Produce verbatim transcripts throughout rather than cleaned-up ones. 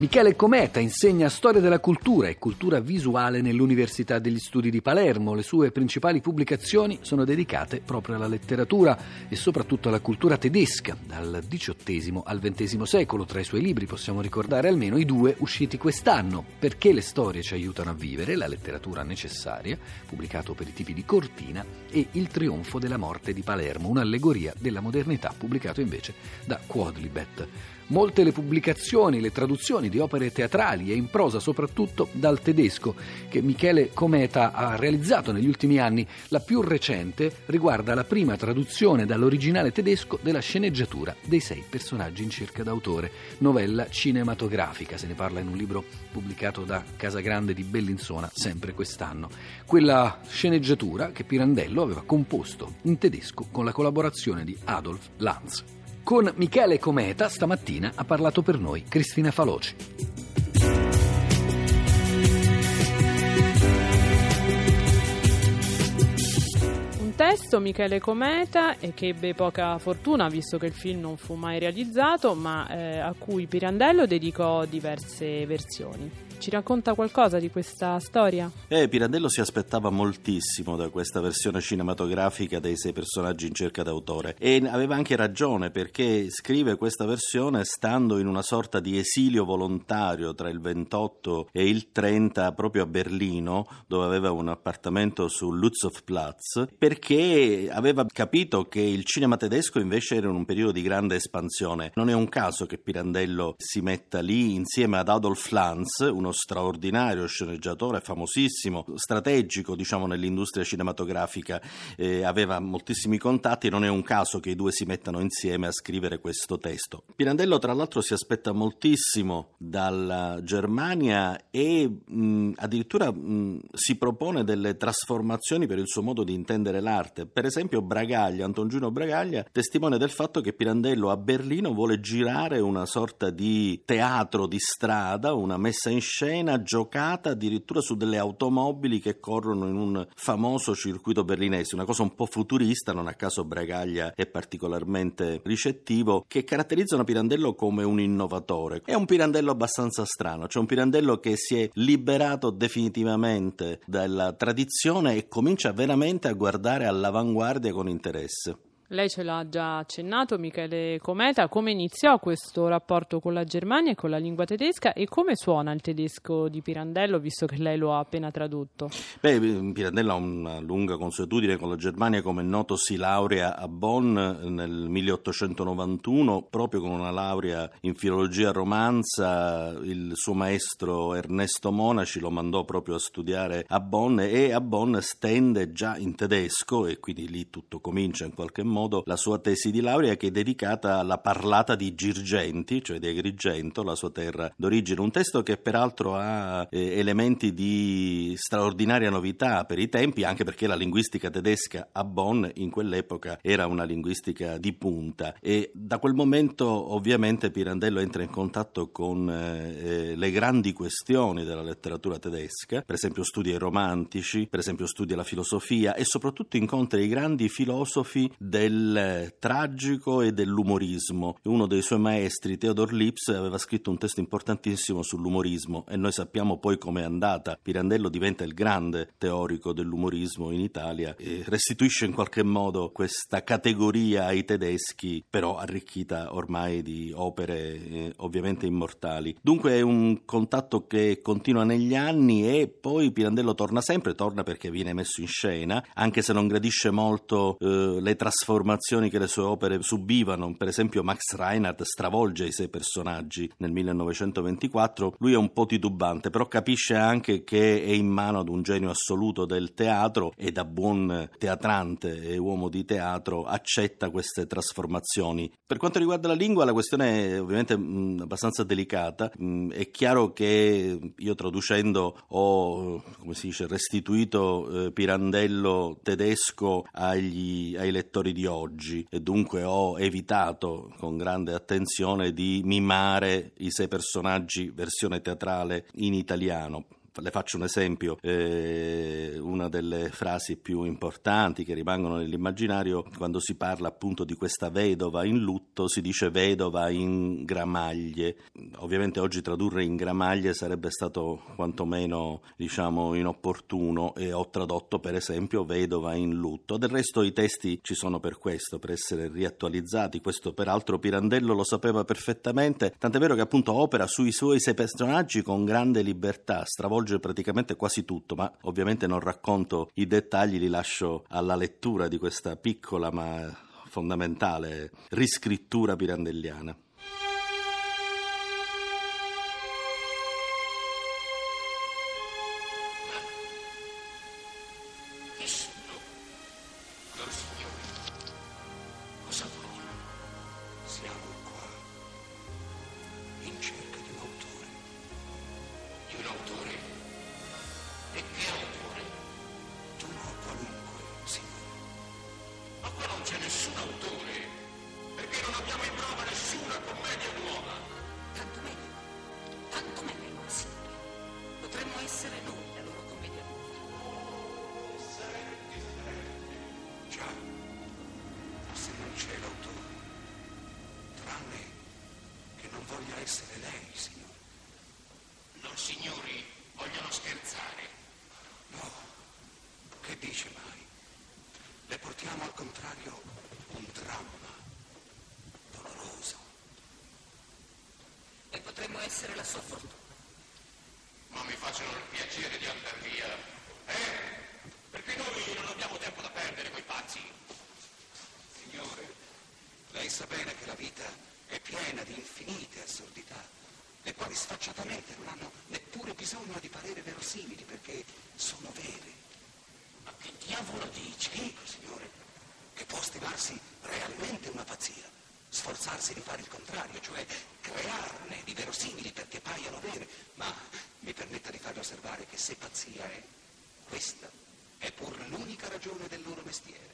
Michele Cometa insegna storia della cultura e cultura visuale nell'Università degli Studi di Palermo. Le sue principali pubblicazioni sono dedicate proprio alla letteratura e soprattutto alla cultura tedesca, dal diciottesimo al ventesimo secolo. Tra i suoi libri possiamo ricordare almeno i due usciti quest'anno: Perché le storie ci aiutano a vivere, la letteratura necessaria, pubblicato per i tipi di Cortina, e Il trionfo della morte di Palermo, un'allegoria della modernità, pubblicato invece da Quodlibet. Molte le pubblicazioni, le traduzioni di opere teatrali e in prosa, soprattutto dal tedesco, che Michele Cometa ha realizzato negli ultimi anni. La più recente riguarda la prima traduzione dall'originale tedesco della sceneggiatura dei sei personaggi in cerca d'autore, novella cinematografica. Se ne parla in un libro pubblicato da Casagrande di Bellinzona sempre quest'anno. Quella sceneggiatura che Pirandello aveva composto in tedesco con la collaborazione di Adolf Lanz. Con Michele Cometa stamattina ha parlato per noi Cristina Faloci. Un testo, Michele Cometa, e che ebbe poca fortuna visto che il film non fu mai realizzato, ma eh, a cui Pirandello dedicò diverse versioni. Ci racconta qualcosa di questa storia? Eh, Pirandello si aspettava moltissimo da questa versione cinematografica dei sei personaggi in cerca d'autore, e aveva anche ragione, perché scrive questa versione stando in una sorta di esilio volontario tra il ventotto e il trenta proprio a Berlino, dove aveva un appartamento su Lutzhofplatz, perché aveva capito che il cinema tedesco invece era in un periodo di grande espansione. Non è un caso che Pirandello si metta lì insieme ad Adolf Lanz, uno straordinario sceneggiatore, famosissimo, strategico diciamo nell'industria cinematografica, eh, aveva moltissimi contatti, e non è un caso che i due si mettano insieme a scrivere questo testo. Pirandello tra l'altro si aspetta moltissimo dalla Germania e mh, addirittura mh, si propone delle trasformazioni per il suo modo di intendere l'arte. Per esempio Bragaglia, Anton Giulio Bragaglia, testimone del fatto che Pirandello a Berlino vuole girare una sorta di teatro di strada, una messa in scena giocata addirittura su delle automobili che corrono in un famoso circuito berlinese, una cosa un po' futurista, non a caso Bragaglia è particolarmente ricettivo, che caratterizzano Pirandello come un innovatore. È un Pirandello abbastanza strano, cioè un Pirandello che si è liberato definitivamente dalla tradizione e comincia veramente a guardare all'avanguardia con interesse. Lei ce l'ha già accennato, Michele Cometa. Come iniziò questo rapporto con la Germania e con la lingua tedesca, e come suona il tedesco di Pirandello, visto che lei lo ha appena tradotto? Beh, Pirandello ha una lunga consuetudine con la Germania. Come è noto, si laurea a Bonn nel milleottocentonovantuno, proprio con una laurea in filologia romanza. Il suo maestro Ernesto Monaci lo mandò proprio a studiare a Bonn, e a Bonn stende già in tedesco, e quindi lì tutto comincia in qualche modo la sua tesi di laurea, che è dedicata alla parlata di Girgenti, cioè di Agrigento, la sua terra d'origine. Un testo che peraltro ha eh, elementi di straordinaria novità per i tempi, anche perché la linguistica tedesca a Bonn in quell'epoca era una linguistica di punta, e da quel momento ovviamente Pirandello entra in contatto con eh, le grandi questioni della letteratura tedesca. Per esempio studia i romantici, per esempio studia la filosofia, e soprattutto incontra i grandi filosofi del del tragico e dell'umorismo. Uno dei suoi maestri, Theodor Lipps, aveva scritto un testo importantissimo sull'umorismo, e noi sappiamo poi com'è andata. Pirandello diventa il grande teorico dell'umorismo in Italia e restituisce in qualche modo questa categoria ai tedeschi, però arricchita ormai di opere eh, ovviamente immortali. Dunque è un contatto che continua negli anni, e poi Pirandello torna sempre, torna perché viene messo in scena, anche se non gradisce molto eh, le trasformazioni che le sue opere subivano. Per esempio Max Reinhardt stravolge i sei personaggi nel millenovecentoventiquattro. Lui è un po' titubante, però capisce anche che è in mano ad un genio assoluto del teatro, e da buon teatrante e uomo di teatro accetta queste trasformazioni. Per quanto riguarda la lingua, la questione è ovviamente mh, abbastanza delicata. Mh, è chiaro che io, traducendo, ho, come si dice, restituito eh, Pirandello tedesco agli, ai lettori di oggi, e dunque ho evitato con grande attenzione di mimare i sei personaggi versione teatrale in italiano. le faccio un esempio, eh, una delle frasi più importanti che rimangono nell'immaginario, quando si parla appunto di questa vedova in lutto, si dice vedova in gramaglie. Ovviamente oggi tradurre in gramaglie sarebbe stato quantomeno, diciamo, inopportuno, e ho tradotto per esempio vedova in lutto. Del resto i testi ci sono per questo, per essere riattualizzati. Questo peraltro Pirandello lo sapeva perfettamente, tant'è vero che appunto opera sui suoi sei personaggi con grande libertà, stravolge praticamente quasi tutto, ma ovviamente non racconto i dettagli, li lascio alla lettura di questa piccola ma fondamentale riscrittura pirandelliana. Essere lei, signore. Non signori vogliono scherzare. No, che dice mai? Le portiamo al contrario un dramma doloroso. E potremmo essere la sua fortuna. Ma mi facciano il piacere di andare via. Eh? Perché noi non abbiamo tempo da perdere coi pazzi. Signore, lei sa bene che la vita è piena di infinite assurdità, le quali sfacciatamente non hanno neppure bisogno di parere verosimili, perché sono vere. Ma che diavolo dice? Che, signore, che può stimarsi realmente una pazzia, sforzarsi di fare il contrario, cioè crearne di verosimili perché paiano vere, ma mi permetta di farle osservare che se pazzia è, questa è pur l'unica ragione del loro mestiere.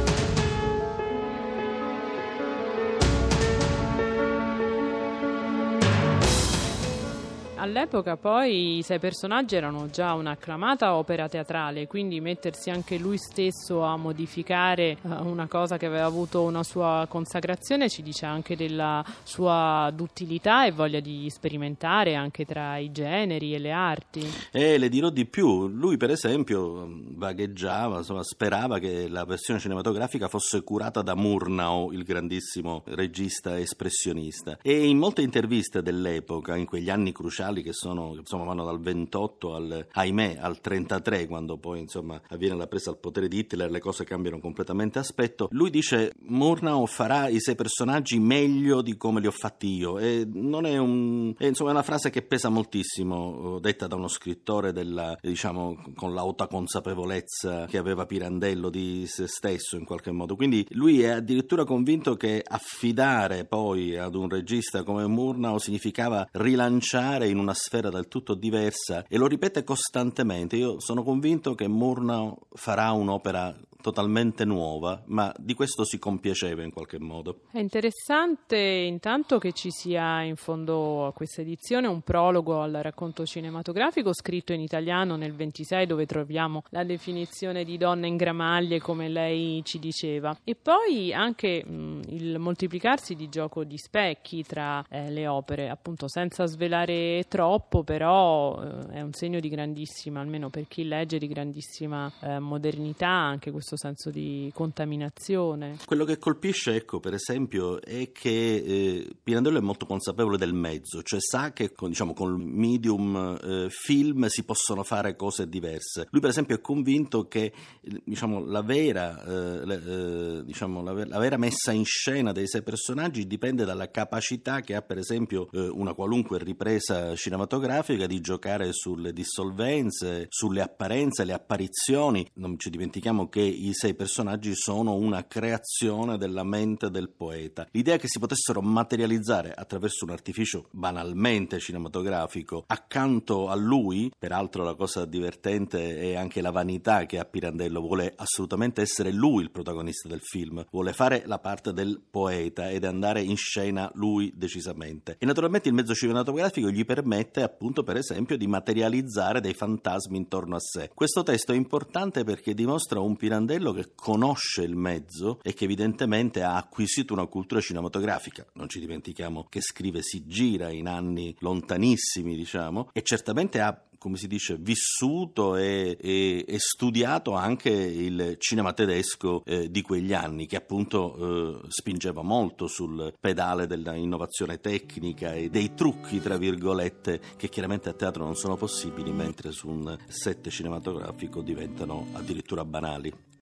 All'epoca poi i sei personaggi erano già un'acclamata opera teatrale, quindi mettersi anche lui stesso a modificare una cosa che aveva avuto una sua consacrazione ci dice anche della sua duttilità e voglia di sperimentare anche tra i generi e le arti. E le dirò di più, lui per esempio vagheggiava, insomma, sperava che la versione cinematografica fosse curata da Murnau, il grandissimo regista espressionista, e in molte interviste dell'epoca, in quegli anni cruciali che sono, insomma, vanno dal ventotto al, ahimè, al trentatré, quando poi, insomma, avviene la presa al potere di Hitler, le cose cambiano completamente aspetto. Lui dice: Murnau farà i sei personaggi meglio di come li ho fatti io, e non è un, è, insomma, è una frase che pesa moltissimo, detta da uno scrittore della, diciamo, con l'auta consapevolezza che aveva Pirandello di se stesso in qualche modo. Quindi lui è addirittura convinto che affidare poi ad un regista come Murnau significava rilanciare in una sfera del tutto diversa, e lo ripete costantemente. Io sono convinto che Murnau farà un'opera totalmente nuova, ma di questo si compiaceva in qualche modo. È interessante intanto che ci sia in fondo a questa edizione un prologo al racconto cinematografico scritto in italiano nel ventisei, dove troviamo la definizione di donna in gramaglie, come lei ci diceva, e poi anche mh, il moltiplicarsi di gioco di specchi tra eh, le opere, appunto senza svelare troppo, però eh, è un segno di grandissima, almeno per chi legge, di grandissima eh, modernità, anche questo senso di contaminazione. Quello che colpisce, ecco, per esempio, è che eh, Pirandello è molto consapevole del mezzo, cioè sa che con, diciamo, con il medium eh, film si possono fare cose diverse. Lui per esempio è convinto che, diciamo, la vera eh, le, eh, diciamo, la, la vera messa in scena dei sei personaggi dipende dalla capacità che ha per esempio eh, una qualunque ripresa cinematografica di giocare sulle dissolvenze, sulle apparenze, le apparizioni. Non ci dimentichiamo che i sei personaggi sono una creazione della mente del poeta. L'idea che si potessero materializzare attraverso un artificio banalmente cinematografico accanto a lui, peraltro la cosa divertente è anche la vanità che ha Pirandello, vuole assolutamente essere lui il protagonista del film, vuole fare la parte del poeta ed andare in scena lui decisamente. E naturalmente il mezzo cinematografico gli permette appunto, per esempio, di materializzare dei fantasmi intorno a sé. Questo testo è importante perché dimostra un Pirandello che conosce il mezzo e che evidentemente ha acquisito una cultura cinematografica. Non ci dimentichiamo che scrive Si gira in anni lontanissimi, diciamo, e certamente ha, come si dice, vissuto e, e, e studiato anche il cinema tedesco eh, di quegli anni, che appunto eh, spingeva molto sul pedale dell'innovazione tecnica e dei trucchi, tra virgolette, che chiaramente a teatro non sono possibili, mentre su un set cinematografico diventano addirittura banali.